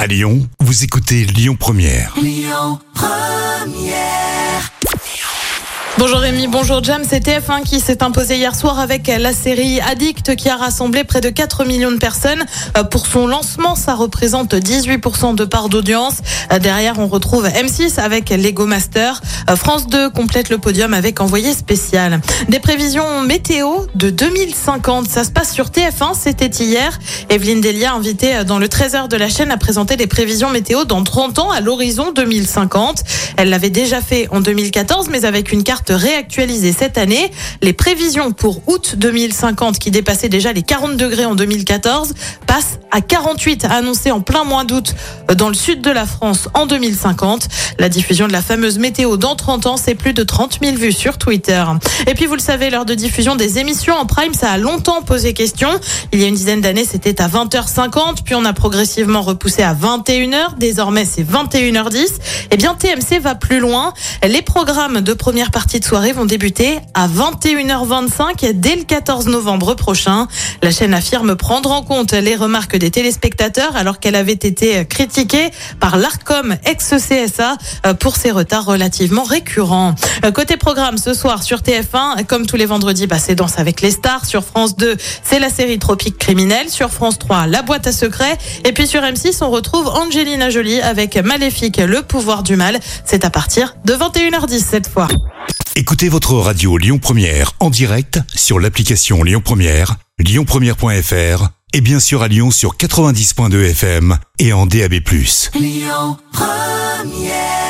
À Lyon, vous écoutez Lyon Première. Lyon Première. Bonjour Rémi, bonjour Jam, c'est TF1 qui s'est imposé hier soir avec la série Addict qui a rassemblé près de 4 millions de personnes. Pour son lancement, ça représente 18% de part d'audience. Derrière, on retrouve M6 avec Lego Master. France 2 complète le podium avec Envoyé spécial. Des prévisions météo de 2050, ça se passe sur TF1, c'était hier. Evelyne Delia, invitée dans le 13h de la chaîne, a présenté des prévisions météo dans 30 ans à l'horizon 2050. Elle l'avait déjà fait en 2014, mais avec une carte réactualisée cette année. Les prévisions pour août 2050, qui dépassaient déjà les 40 degrés en 2014, passent à 48, annoncées en plein mois d'août dans le sud de la France en 2050. La diffusion de la fameuse météo dans 30 ans, c'est plus de 30 000 vues sur Twitter. Et puis vous le savez, l'heure de diffusion des émissions en prime, ça a longtemps posé question. Il y a une dizaine d'années, c'était à 20h50, puis on a progressivement repoussé à 21h. Désormais, c'est 21h10. Eh bien, TMC va plus loin. Les programmes de première partie de soirée vont débuter à 21h25 dès le 14 novembre prochain. La chaîne affirme prendre en compte les remarques des téléspectateurs alors qu'elle avait été critiquée par l'Arcom ex-CSA pour ses retards relativement récurrents. Côté programme, ce soir sur TF1, comme tous les vendredis, c'est Danse avec les stars. Sur France 2, c'est la série Tropique criminel. Sur France 3, La boîte à secrets. Et puis sur M6, on retrouve Angelina Jolie avec Maléfique, le pouvoir du mal. C'est à partir de 21h10 cette fois. Écoutez votre radio Lyon Première en direct sur l'application Lyon Première, lyonpremière.fr et bien sûr à Lyon sur 90.2 FM et en DAB+. Lyon Première.